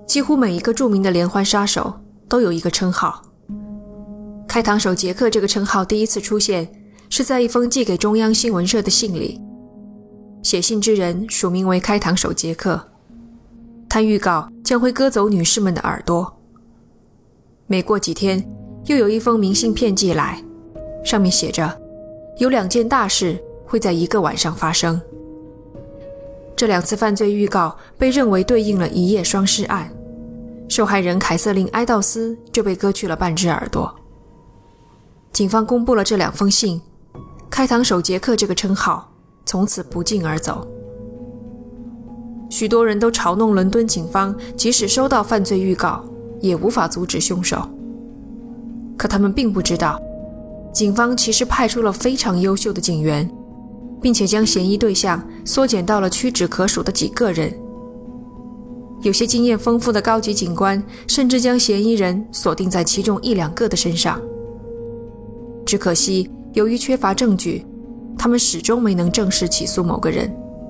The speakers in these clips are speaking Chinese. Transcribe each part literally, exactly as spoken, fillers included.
几乎每一个著名的连环杀手都有一个称号。开膛手杰克这个称号第一次出现是在一封寄给中央新闻社的信里，写信之人署名为开膛手杰克，他预告将会割走女士们的耳朵。没过几天，又有一封明信片寄来，上面写着有两件大事会在一个晚上发生。这两次犯罪预告被认为对应了一夜双尸案，受害人凯瑟琳·埃道斯就被割去了半只耳朵。警方公布了这两封信，开膛手杰克这个称号从此不胫而走。许多人都嘲弄伦敦警方即使收到犯罪预告也无法阻止凶手，可他们并不知道，警方其实派出了非常优秀的警员，并且将嫌疑对象缩减到了屈指可数的几个人。有些经验丰富的高级警官甚至将嫌疑人锁定在其中一两个的身上。只可惜，由于缺乏证据，他们始终没能正式起诉某个人。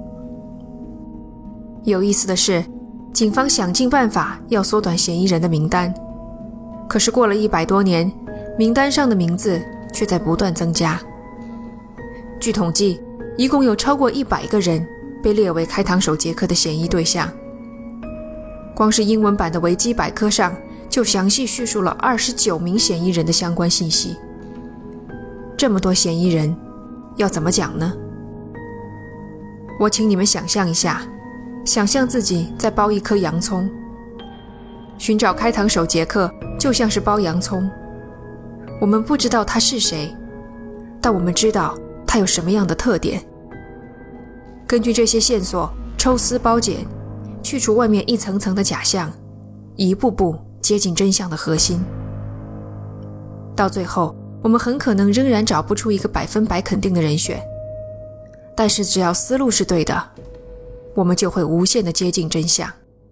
有意思的是，警方想尽办法要缩短嫌疑人的名单，可是过了一百多年，名单上的名字却在不断增加。据统计，一共有超过一百个人被列为开膛手杰克的嫌疑对象。光是英文版的维基百科上就详细叙述了二十九名嫌疑人的相关信息。这么多嫌疑人，要怎么讲呢？我请你们想象一下，想象自己在剥一颗洋葱。寻找开膛手杰克就像是剥洋葱，我们不知道他是谁，但我们知道他有什么样的特点。根据这些线索抽丝剥茧，去除外面一层层的假象，一步步接近真相的核心。到最后，我们很可能仍然找不出一个百分百肯定的人选，但是只要思路是对的，我们就会无限地接近真相。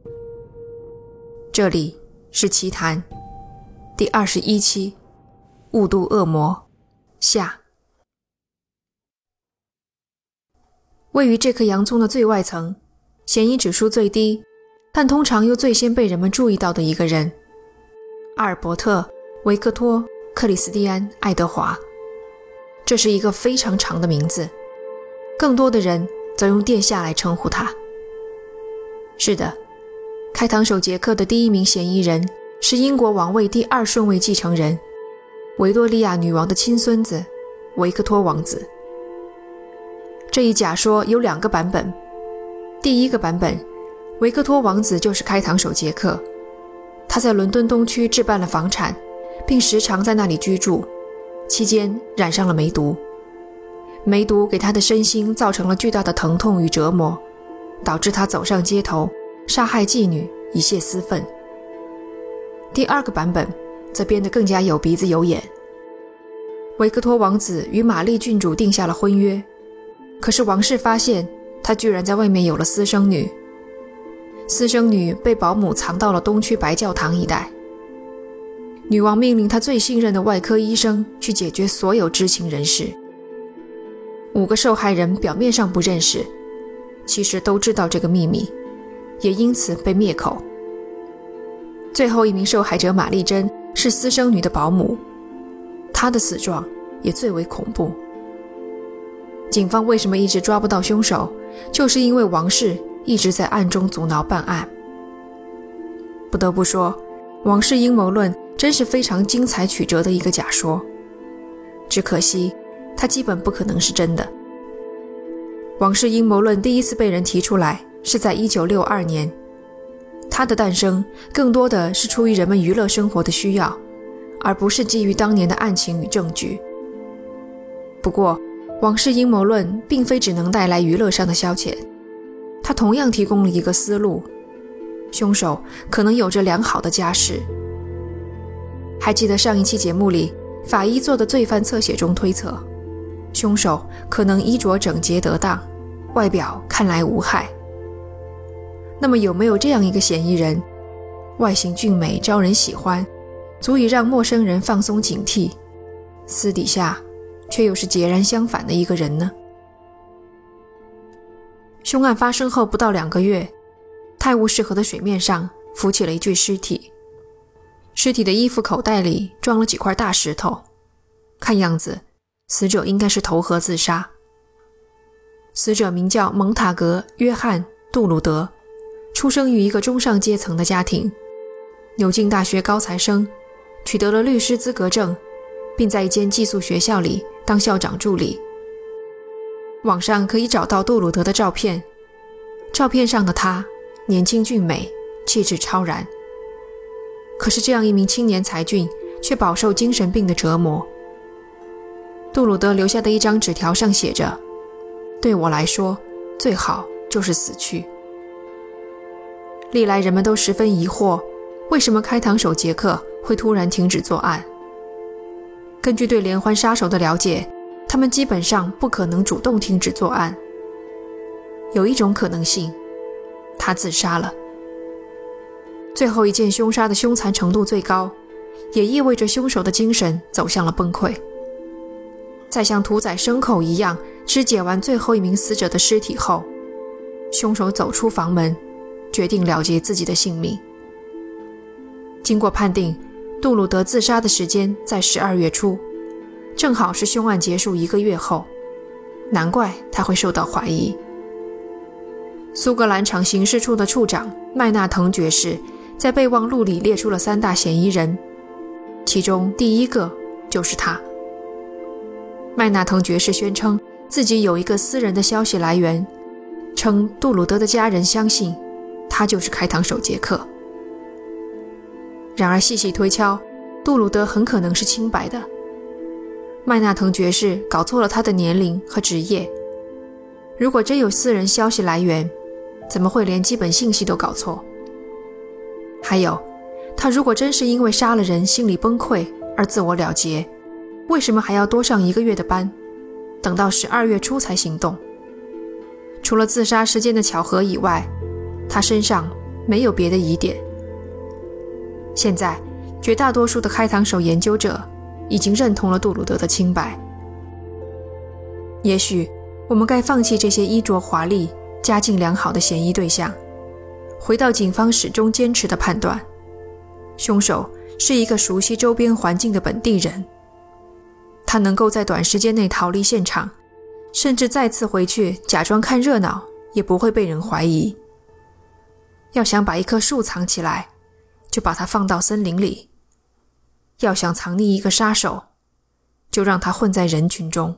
这里是奇谈第二十一期，雾都恶魔下。位于这颗洋葱的最外层，嫌疑指数最低，但通常又最先被人们注意到的一个人，阿尔伯特·维克托·克里斯蒂安·爱德华。这是一个非常长的名字，更多的人则用殿下来称呼他。是的，开膛手杰克的第一名嫌疑人是英国王位第二顺位继承人，维多利亚女王的亲孙子维克托王子。这一假说有两个版本。第一个版本，维克托王子就是开膛手杰克，他在伦敦东区置办了房产，并时常在那里居住，期间染上了梅毒。梅毒给他的身心造成了巨大的疼痛与折磨，导致他走上街头，杀害妓女以泄私愤。第二个版本则编得更加有鼻子有眼。维克托王子与玛丽郡主定下了婚约，可是王室发现他居然在外面有了私生女，私生女被保姆藏到了东区白教堂一带。女王命令她最信任的外科医生去解决所有知情人士。五个受害人表面上不认识，其实都知道这个秘密，也因此被灭口。最后一名受害者玛丽珍是私生女的保姆，她的死状也最为恐怖。警方为什么一直抓不到凶手，就是因为王室一直在暗中阻挠办案。不得不说，王室阴谋论真是非常精彩曲折的一个假说，只可惜它基本不可能是真的。王室阴谋论第一次被人提出来是在一九六二年，它的诞生更多的是出于人们娱乐生活的需要，而不是基于当年的案情与证据。不过王室阴谋论并非只能带来娱乐上的消遣，它同样提供了一个思路，凶手可能有着良好的家世。还记得上一期节目里法医做的罪犯侧写中推测，凶手可能衣着整洁得当，外表看来无害。那么有没有这样一个嫌疑人，外形俊美招人喜欢，足以让陌生人放松警惕，私底下却又是截然相反的一个人呢？凶案发生后不到两个月，泰晤士河的水面上扶起了一具尸体。尸体的衣服口袋里装了几块大石头，看样子死者应该是投河自杀。死者名叫蒙塔格·约翰·杜鲁德，出生于一个中上阶层的家庭，牛津大学高材生，取得了律师资格证，并在一间寄宿学校里当校长助理。网上可以找到杜鲁德的照片，照片上的他年轻俊美，气质超然。可是这样一名青年才俊却饱受精神病的折磨。杜鲁德留下的一张纸条上写着，对我来说，最好就是死去。历来人们都十分疑惑，为什么开膛手杰克会突然停止作案。根据对连环杀手的了解，他们基本上不可能主动停止作案。有一种可能性，他自杀了。最后一件凶杀的凶残程度最高，也意味着凶手的精神走向了崩溃。在像屠宰牲口一样肢解完最后一名死者的尸体后，凶手走出房门，决定了结自己的性命。经过判定，杜鲁德自杀的时间在十二月初，正好是凶案结束一个月后，难怪他会受到怀疑。苏格兰场刑事处的处长麦纳滕爵士在备忘录里列出了三大嫌疑人，其中第一个就是他。麦纳滕爵士宣称自己有一个私人的消息来源，称杜鲁德的家人相信他就是开膛手杰克。然而细细推敲，杜鲁德很可能是清白的。麦纳滕爵士搞错了他的年龄和职业，如果真有私人消息来源，怎么会连基本信息都搞错？还有，他如果真是因为杀了人心理崩溃而自我了结，为什么还要多上一个月的班，等到十二月初才行动？除了自杀时间的巧合以外，他身上没有别的疑点。现在，绝大多数的开膛手研究者已经认同了杜鲁德的清白。也许我们该放弃这些衣着华丽、家境良好的嫌疑对象，回到警方始终坚持的判断，凶手是一个熟悉周边环境的本地人。他能够在短时间内逃离现场，甚至再次回去假装看热闹，也不会被人怀疑。要想把一棵树藏起来，就把它放到森林里；要想藏匿一个杀手，就让他混在人群中。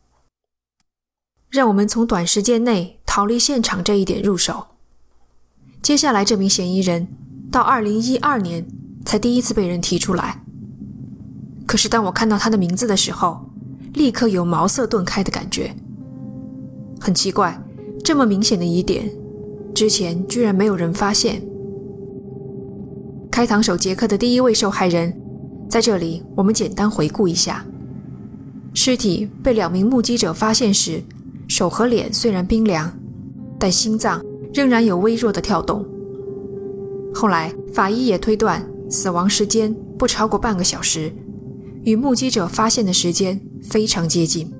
让我们从短时间内逃离现场这一点入手。接下来这名嫌疑人到二零一二年才第一次被人提出来，可是当我看到他的名字的时候，立刻有茅塞顿开的感觉。很奇怪，这么明显的疑点，之前居然没有人发现。开膛手杰克的第一位受害人，在这里我们简单回顾一下。尸体被两名目击者发现时，手和脸虽然冰凉，但心脏仍然有微弱的跳动。后来法医也推断死亡时间不超过半个小时，与目击者发现的时间非常接近。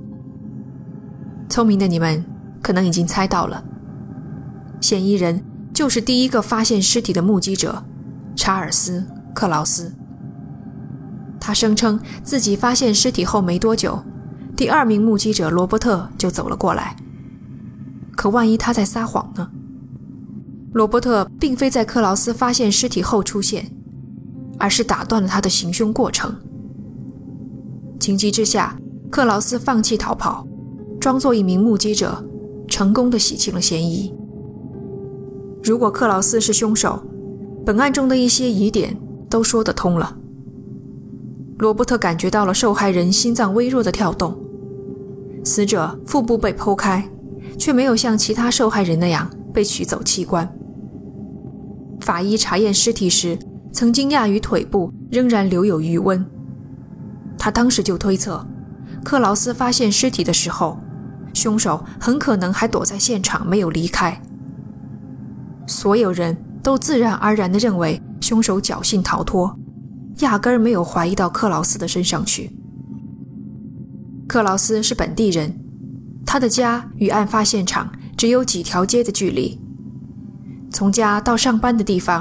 聪明的你们可能已经猜到了，嫌疑人就是第一个发现尸体的目击者查尔斯·克劳斯。他声称自己发现尸体后没多久，第二名目击者罗伯特就走了过来。可万一他在撒谎呢？罗伯特并非在克劳斯发现尸体后出现，而是打断了他的行凶过程。情急之下，克劳斯放弃逃跑，装作一名目击者，成功地洗清了嫌疑。如果克劳斯是凶手，本案中的一些疑点都说得通了。罗伯特感觉到了受害人心脏微弱的跳动，死者腹部被剖开，却没有像其他受害人那样被取走器官。法医查验尸体时，曾惊讶于腿部仍然留有余温。他当时就推测，克劳斯发现尸体的时候，凶手很可能还躲在现场没有离开。所有人都自然而然地认为凶手侥幸逃脱，压根儿没有怀疑到克劳斯的身上去。克劳斯是本地人，他的家与案发现场只有几条街的距离，从家到上班的地方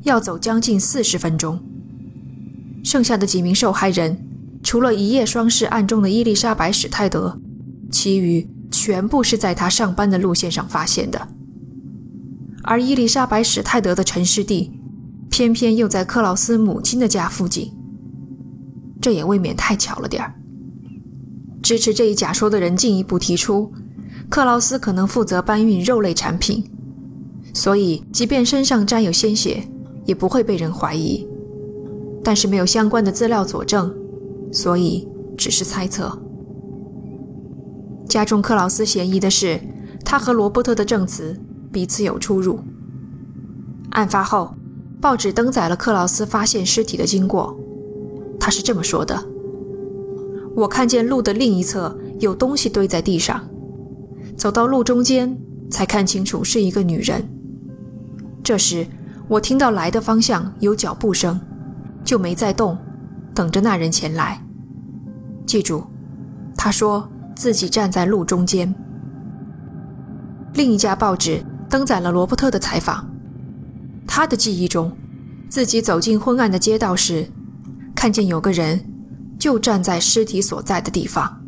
要走将近四十分钟。剩下的几名受害人，除了一夜双尸案中的伊丽莎白·史泰德，其余全部是在他上班的路线上发现的。而伊丽莎白·史泰德的沉尸地偏偏又在克劳斯母亲的家附近，这也未免太巧了点儿。支持这一假说的人进一步提出，克劳斯可能负责搬运肉类产品，所以即便身上沾有鲜血也不会被人怀疑，但是没有相关的资料佐证，所以只是猜测。加重克劳斯嫌疑的是，他和罗伯特的证词彼此有出入。案发后，报纸登载了克劳斯发现尸体的经过，他是这么说的：我看见路的另一侧有东西堆在地上，走到路中间才看清楚是一个女人。这时我听到来的方向有脚步声，就没再动，等着那人前来。记住，他说自己站在路中间。另一家报纸登载了罗伯特的采访，他的记忆中，自己走进昏暗的街道时，看见有个人就站在尸体所在的地方。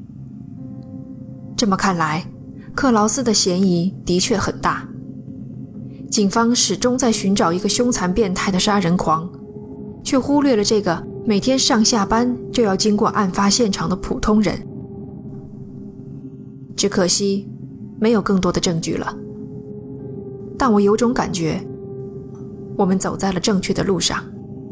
这么看来，克劳斯的嫌疑的确很大。警方始终在寻找一个凶残变态的杀人狂，却忽略了这个每天上下班就要经过案发现场的普通人。只可惜没有更多的证据了，但我有种感觉，我们走在了正确的路上。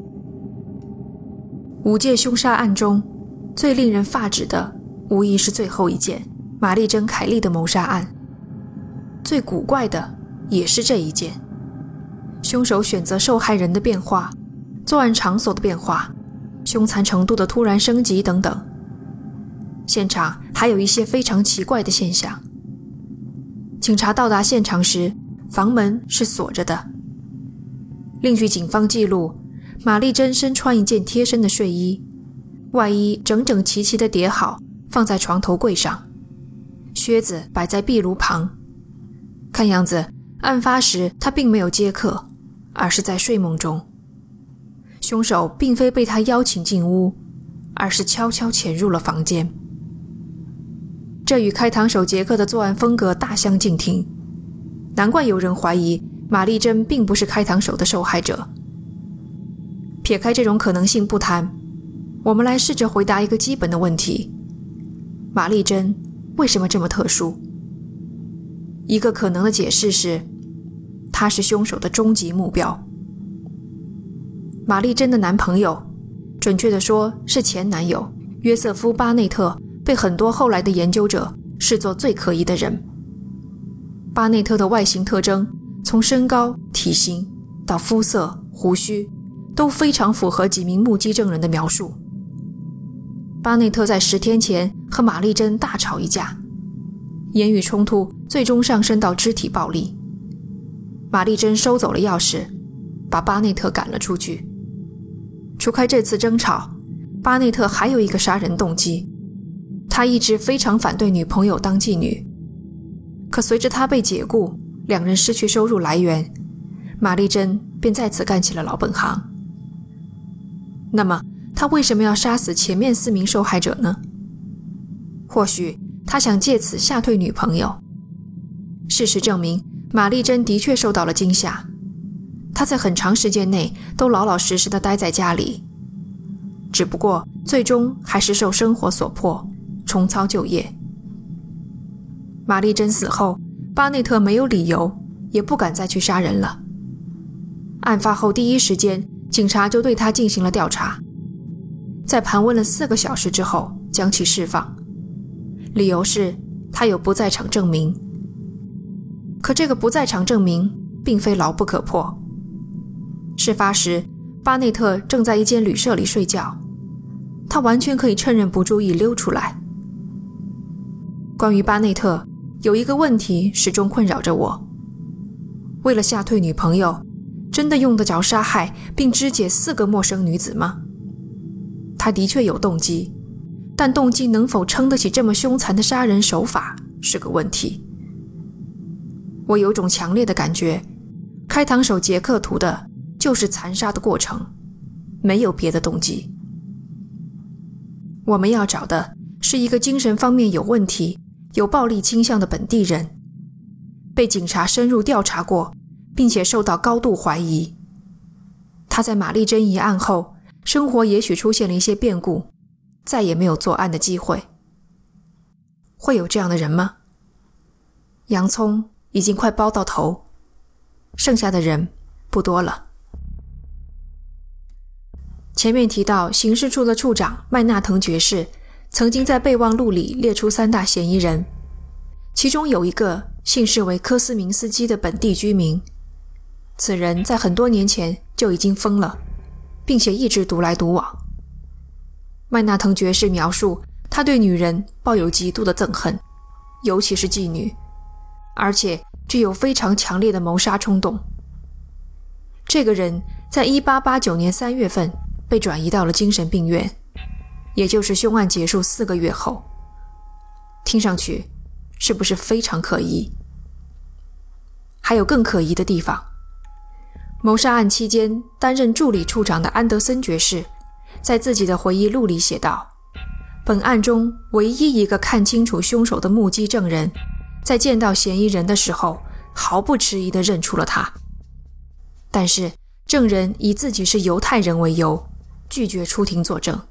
五件凶杀案中最令人发指的无疑是最后一件玛丽珍·凯利的谋杀案，最古怪的也是这一件。凶手选择受害人的变化，作案场所的变化，凶残程度的突然升级等等。现场还有一些非常奇怪的现象。警察到达现场时，房门是锁着的。另据警方记录，玛丽珍身穿一件贴身的睡衣，外衣整整齐齐地叠好，放在床头柜上，靴子摆在壁炉旁。看样子，案发时她并没有接客，而是在睡梦中。凶手并非被她邀请进屋，而是悄悄潜入了房间。这与开膛手杰克的作案风格大相径庭，难怪有人怀疑玛丽珍并不是开膛手的受害者。撇开这种可能性不谈，我们来试着回答一个基本的问题：玛丽珍为什么这么特殊？一个可能的解释是，她是凶手的终极目标。玛丽珍的男朋友，准确地说是前男友约瑟夫·巴内特，被很多后来的研究者视作最可疑的人。巴内特的外形特征，从身高、体型到肤色、胡须，都非常符合几名目击证人的描述。巴内特在十天前和玛丽珍大吵一架，言语冲突最终上升到肢体暴力。玛丽珍收走了钥匙，把巴内特赶了出去。除开这次争吵，巴内特还有一个杀人动机，他一直非常反对女朋友当妓女。可随着他被解雇，两人失去收入来源，玛丽珍便再次干起了老本行。那么他为什么要杀死前面四名受害者呢？或许他想借此吓退女朋友。事实证明，玛丽珍的确受到了惊吓，她在很长时间内都老老实实地待在家里，只不过最终还是受生活所迫，重操旧业。玛丽珍死后，巴内特没有理由，也不敢再去杀人了。案发后第一时间，警察就对他进行了调查，在盘问了四个小时之后，将其释放，理由是他有不在场证明。可这个不在场证明并非牢不可破。事发时，巴内特正在一间旅社里睡觉，他完全可以趁人不注意溜出来。关于巴内特，有一个问题始终困扰着我：为了吓退女朋友，真的用得着杀害并肢解四个陌生女子吗？他的确有动机，但动机能否撑得起这么凶残的杀人手法是个问题。我有种强烈的感觉，开膛手杰克图的就是残杀的过程，没有别的动机。我们要找的是一个精神方面有问题、有暴力倾向的本地人，被警察深入调查过，并且受到高度怀疑。他在玛丽珍一案后，生活也许出现了一些变故，再也没有作案的机会。会有这样的人吗？洋葱已经快包到头，剩下的人不多了。前面提到刑事处的处长麦纳腾爵士曾经在备忘录里列出三大嫌疑人，其中有一个姓氏为科斯明斯基的本地居民，此人在很多年前就已经疯了，并且一直独来独往。麦纳腾爵士描述他对女人抱有极度的憎恨，尤其是妓女，而且具有非常强烈的谋杀冲动。这个人在一八八九年三月份被转移到了精神病院，也就是凶案结束四个月后。听上去是不是非常可疑？还有更可疑的地方。谋杀案期间担任助理处长的安德森爵士在自己的回忆录里写道，本案中唯一一个看清楚凶手的目击证人，在见到嫌疑人的时候毫不迟疑地认出了他，但是证人以自己是犹太人为由，拒绝出庭作证。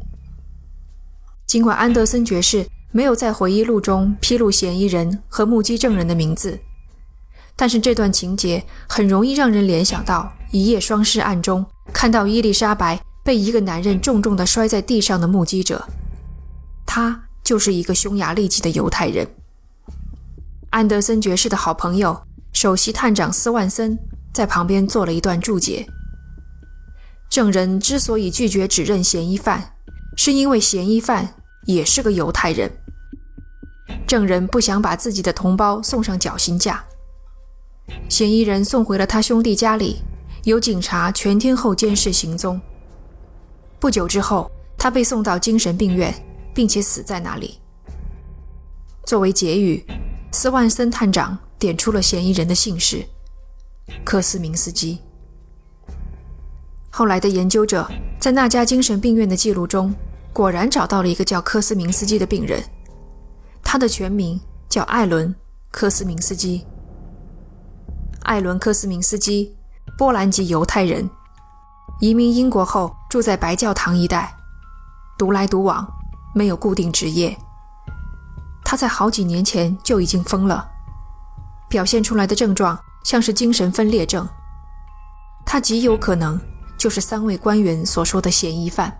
尽管安德森爵士没有在回忆录中披露嫌疑人和目击证人的名字，但是这段情节很容易让人联想到一夜双尸案中看到伊丽莎白被一个男人重重地摔在地上的目击者，他就是一个匈牙利籍的犹太人。安德森爵士的好朋友首席探长斯万森在旁边做了一段注解，证人之所以拒绝指认嫌疑犯，是因为嫌疑犯也是个犹太人，证人不想把自己的同胞送上绞刑架。嫌疑人送回了他兄弟家里，由警察全天候监视行踪。不久之后，他被送到精神病院，并且死在那里。作为结语，斯万森探长点出了嫌疑人的姓氏：科斯明斯基。后来的研究者在那家精神病院的记录中，果然找到了一个叫科斯明斯基的病人，他的全名叫艾伦·科斯明斯基。艾伦·科斯明斯基，波兰籍犹太人，移民英国后住在白教堂一带，独来独往，没有固定职业。他在好几年前就已经疯了，表现出来的症状像是精神分裂症。他极有可能就是三位官员所说的嫌疑犯。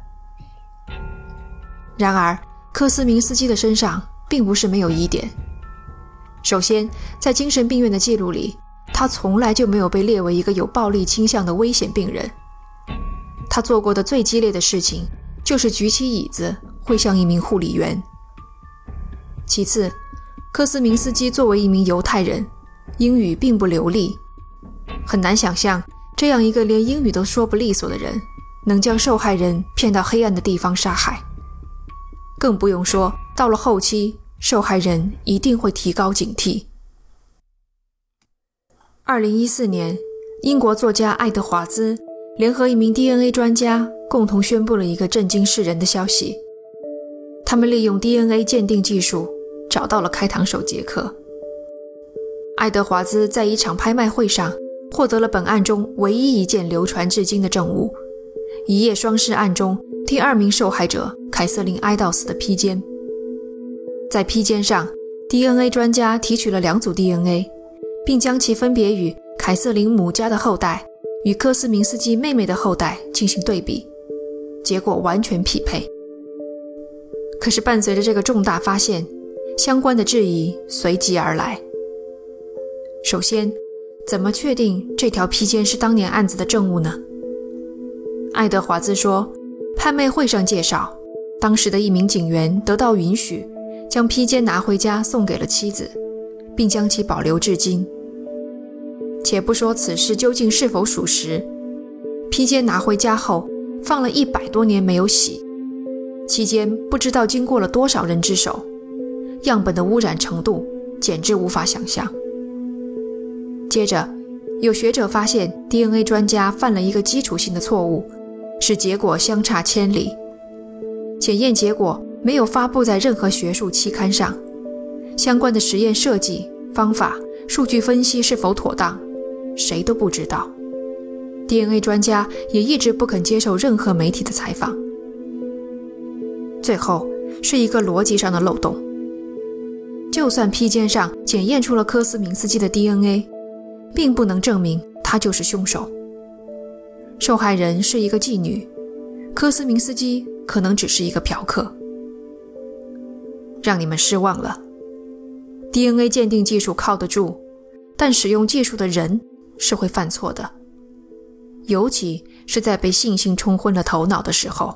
然而，科斯明斯基的身上并不是没有疑点。首先，在精神病院的记录里，他从来就没有被列为一个有暴力倾向的危险病人。他做过的最激烈的事情就是举起椅子挥向一名护理员。其次，科斯明斯基作为一名犹太人，英语并不流利，很难想象这样一个连英语都说不利索的人能将受害人骗到黑暗的地方杀害。更不用说到了后期，受害人一定会提高警惕。二零一四年，英国作家爱德华兹联合一名 D N A 专家共同宣布了一个震惊世人的消息。他们利用 D N A 鉴定技术找到了开膛手杰克。爱德华兹在一场拍卖会上获得了本案中唯一一件流传至今的证物，一夜双尸案中第二名受害者凯瑟琳·埃道斯的披肩。在披肩上， D N A 专家提取了两组 D N A， 并将其分别与凯瑟琳母家的后代与科斯明斯基妹妹的后代进行对比，结果完全匹配。可是伴随着这个重大发现，相关的质疑随即而来。首先，怎么确定这条披肩是当年案子的证物呢？爱德华兹说，拍卖会上介绍，当时的一名警员得到允许，将披肩拿回家送给了妻子，并将其保留至今。且不说此事究竟是否属实，披肩拿回家后放了一百多年没有洗，期间不知道经过了多少人之手，样本的污染程度简直无法想象。接着， 有学者发现 D N A 专家犯了一个基础性的错误，使结果相差千里。检验结果没有发布在任何学术期刊上，相关的实验设计、方法、数据分析是否妥当，谁都不知道。D N A 专家也一直不肯接受任何媒体的采访。最后是一个逻辑上的漏洞，就算披肩上检验出了科斯明斯基的 D N A， 并不能证明他就是凶手。受害人是一个妓女，科斯明斯基可能只是一个嫖客。让你们失望了， D N A 鉴定技术靠得住，但使用技术的人是会犯错的，尤其是在被信心冲昏了头脑的时候。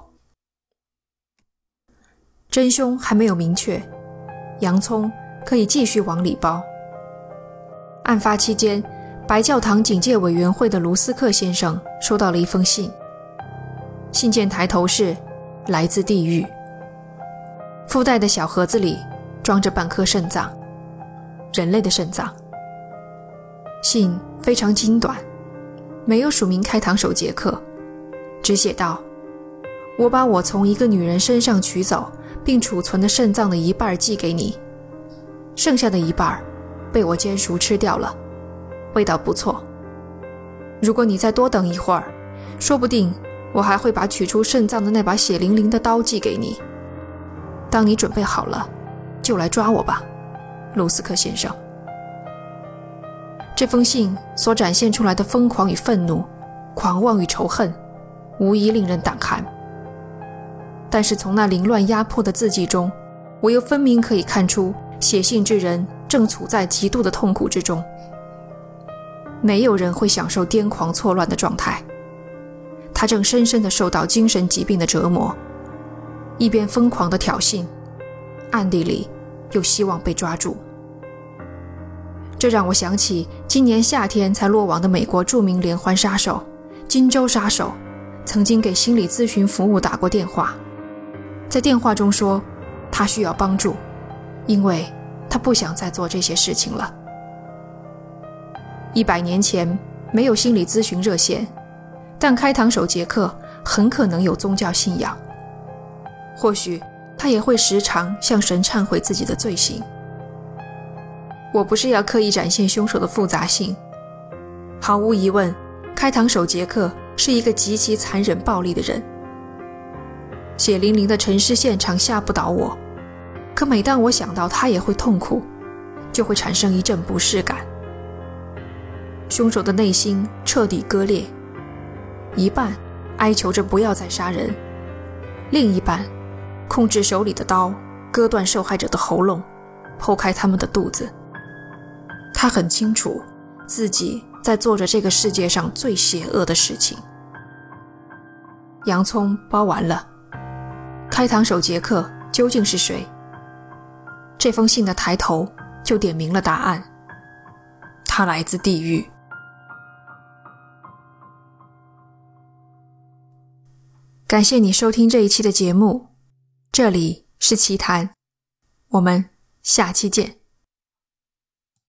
真凶还没有明确，洋葱可以继续往里包。案发期间，白教堂警戒委员会的卢斯克先生收到了一封信，信件抬头是来自地狱，附带的小盒子里装着半颗肾脏，人类的肾脏。信非常精短，没有署名开膛手杰克，只写道：我把我从一个女人身上取走并储存的肾脏的一半寄给你，剩下的一半被我煎熟吃掉了，味道不错。如果你再多等一会儿，说不定我还会把取出肾脏的那把血淋淋的刀寄给你。当你准备好了，就来抓我吧，卢斯克先生。这封信所展现出来的疯狂与愤怒，狂妄与仇恨，无疑令人胆寒。但是从那凌乱压迫的字迹中，我又分明可以看出写信之人正处在极度的痛苦之中。没有人会享受癫狂错乱的状态，他正深深地受到精神疾病的折磨，一边疯狂地挑衅，暗地里又希望被抓住。这让我想起今年夏天才落网的美国著名连环杀手金州杀手曾经给心理咨询服务打过电话，在电话中说他需要帮助，因为他不想再做这些事情了。一百年前没有心理咨询热线，但开膛手杰克很可能有宗教信仰，或许他也会时常向神忏悔自己的罪行。我不是要刻意展现凶手的复杂性，毫无疑问，开膛手杰克是一个极其残忍暴力的人。血淋淋的沉尸现场吓不倒我，可每当我想到他也会痛苦，就会产生一阵不适感。凶手的内心彻底割裂，一半哀求着不要再杀人，另一半控制手里的刀，割断受害者的喉咙，剖开他们的肚子。他很清楚自己在做着这个世界上最邪恶的事情。洋葱包完了，开膛手杰克究竟是谁？这封信的抬头就点明了答案，他来自地狱。感谢你收听这一期的节目，这里是奇谈，我们下期见。